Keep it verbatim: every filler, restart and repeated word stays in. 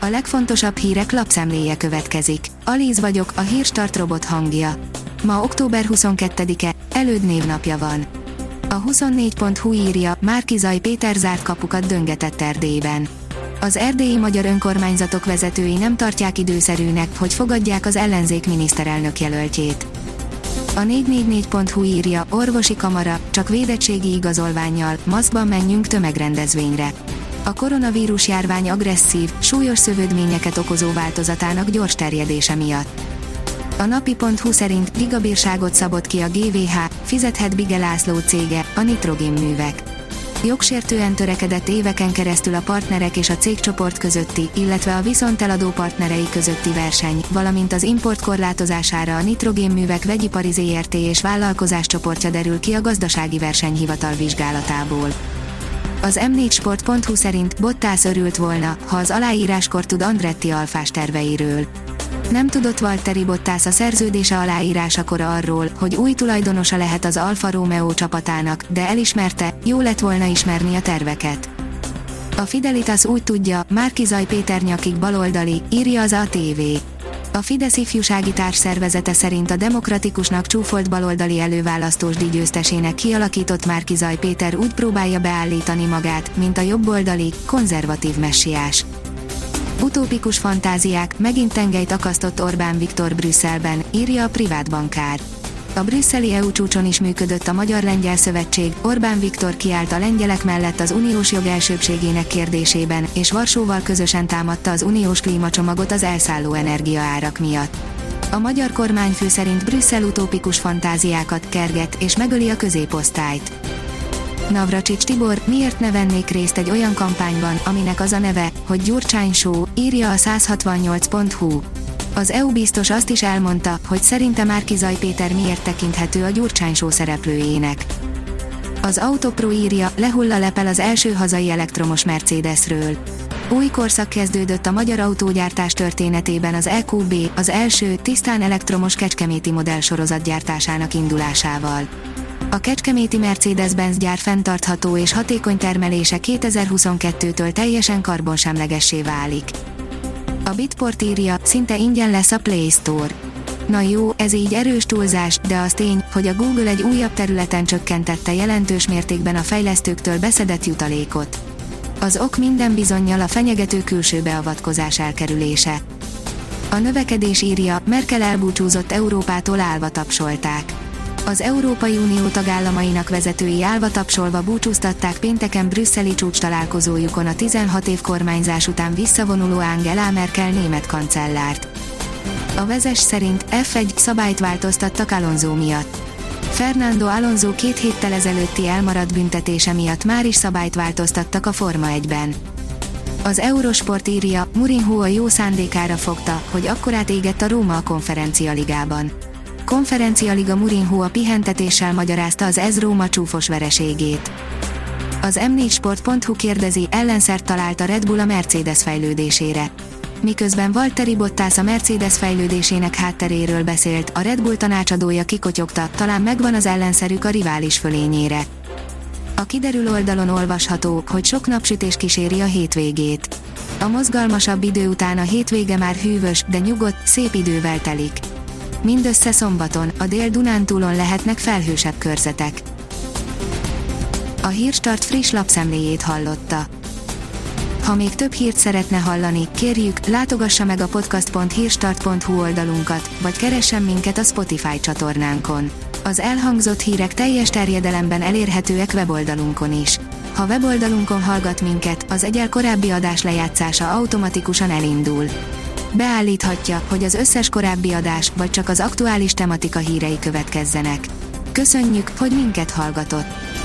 A legfontosabb hírek lapszemléje következik. Alíz vagyok, a Hírstart robot hangja. Ma október huszonkettedike, Előd névnapja van. A huszonnégy pont hu írja, Márki-Zay Péter zárt kapukat döngetett Erdélyben. Az erdélyi magyar önkormányzatok vezetői nem tartják időszerűnek, hogy fogadják az ellenzék miniszterelnök jelöltjét. A négy négy négy pont hu írja, orvosi kamara, csak védettségi igazolvánnyal, maszkban menjünk tömegrendezvényre. A koronavírus járvány agresszív, súlyos szövődményeket okozó változatának gyors terjedése miatt. A napi pont hu szerint gigabírságot szabott ki a gé vé há, fizethet Bige László cége, a nitrogénművek. Jogsértően törekedett éveken keresztül a partnerek és a cégcsoport közötti, illetve a viszonteladó partnerei közötti verseny, valamint az import korlátozására a nitrogénművek vegyipari zé er té és vállalkozáscsoportja derül ki a gazdasági versenyhivatal vizsgálatából. Az em négy sport pont hu szerint Bottas örült volna, ha az aláíráskor tud Andretti alfás terveiről. Nem tudott Valtteri Bottas a szerződése aláírásakor arról, hogy új tulajdonosa lehet az Alfa Romeo csapatának, de elismerte, jó lett volna ismerni a terveket. A Fidelitas úgy tudja, Márki-Zay Péter nyakig baloldali, írja az á té vé. A Fidesz ifjúsági társszervezete szerint a demokratikusnak csúfolt baloldali előválasztós díjgyőztesének kialakított Márki-Zay Péter úgy próbálja beállítani magát, mint a jobboldali, konzervatív messiás. Utópikus fantáziák, megint tengelyt akasztott Orbán Viktor Brüsszelben, írja a privát bankár. A brüsszeli é u csúcson is működött a Magyar-Lengyel Szövetség, Orbán Viktor kiállt a lengyelek mellett az uniós jog elsőbbségének kérdésében, és Varsóval közösen támadta az uniós klímacsomagot az elszálló energiaárak miatt. A magyar kormányfő szerint Brüsszel utópikus fantáziákat kerget, és megöli a középosztályt. Navracsics Tibor, miért ne vennék részt egy olyan kampányban, aminek az a neve, hogy Gyurcsány Show, írja a száz hatvannyolc pont hu. Az é u biztos azt is elmondta, hogy szerinte Márki-Zay Péter miért tekinthető a Gyurcsány Show szereplőjének. Az Autopro írja, lehull a lepel az első hazai elektromos Mercedesről. Új korszak kezdődött a magyar autógyártás történetében az é kú bé, az első, tisztán elektromos kecskeméti modell sorozat gyártásának indulásával. A kecskeméti Mercedes-Benz gyár fenntartható és hatékony termelése kétezer-huszonkettőtől teljesen karbonsemlegessé válik. A Bitport írja, szinte ingyen lesz a Play Store. Na jó, ez így erős túlzás, de az tény, hogy a Google egy újabb területen csökkentette jelentős mértékben a fejlesztőktől beszedett jutalékot. Az ok minden bizonnyal a fenyegető külső beavatkozás elkerülése. A növekedés írja, Merkel elbúcsúzott Európától állva tapsolták. Az Európai Unió tagállamainak vezetői állva tapsolva búcsúztatták pénteken brüsszeli csúcstalálkozójukon a tizenhat év kormányzás után visszavonuló Angela Merkel német kancellárt. A Vezes szerint ef egy szabályt változtattak Alonso miatt. Fernando Alonso két héttel ezelőtti elmaradt büntetése miatt már is szabályt változtattak a Forma egyben. Az Eurosport írja, Mourinho a jó szándékára fogta, hogy akkorát égett a Róma a Konferencia-ligában. Konferencia-liga Mourinho a pihentetéssel magyarázta az ez Róma csúfos vereségét. Az em négy sport pont hu kérdezi, ellenszert talált a Red Bull a Mercedes fejlődésére. Miközben Valtteri Bottas a Mercedes fejlődésének hátteréről beszélt, a Red Bull tanácsadója kikotyogta, talán megvan az ellenszerük a rivális fölényére. A kiderül oldalon olvasható, hogy sok napsütés kíséri a hétvégét. A mozgalmasabb idő után a hétvége már hűvös, de nyugodt, szép idővel telik. Mindössze szombaton, a Dél-Dunántúlon lehetnek felhősebb körzetek. A Hírstart friss lapszemléjét hallotta. Ha még több hírt szeretne hallani, kérjük, látogassa meg a podcast pont hírstart pont hu oldalunkat, vagy keressen minket a Spotify csatornánkon. Az elhangzott hírek teljes terjedelemben elérhetőek weboldalunkon is. Ha weboldalunkon hallgat minket, az egyel korábbi adás lejátszása automatikusan elindul. Beállíthatja, hogy az összes korábbi adás, vagy csak az aktuális tematika hírei következzenek. Köszönjük, hogy minket hallgatott!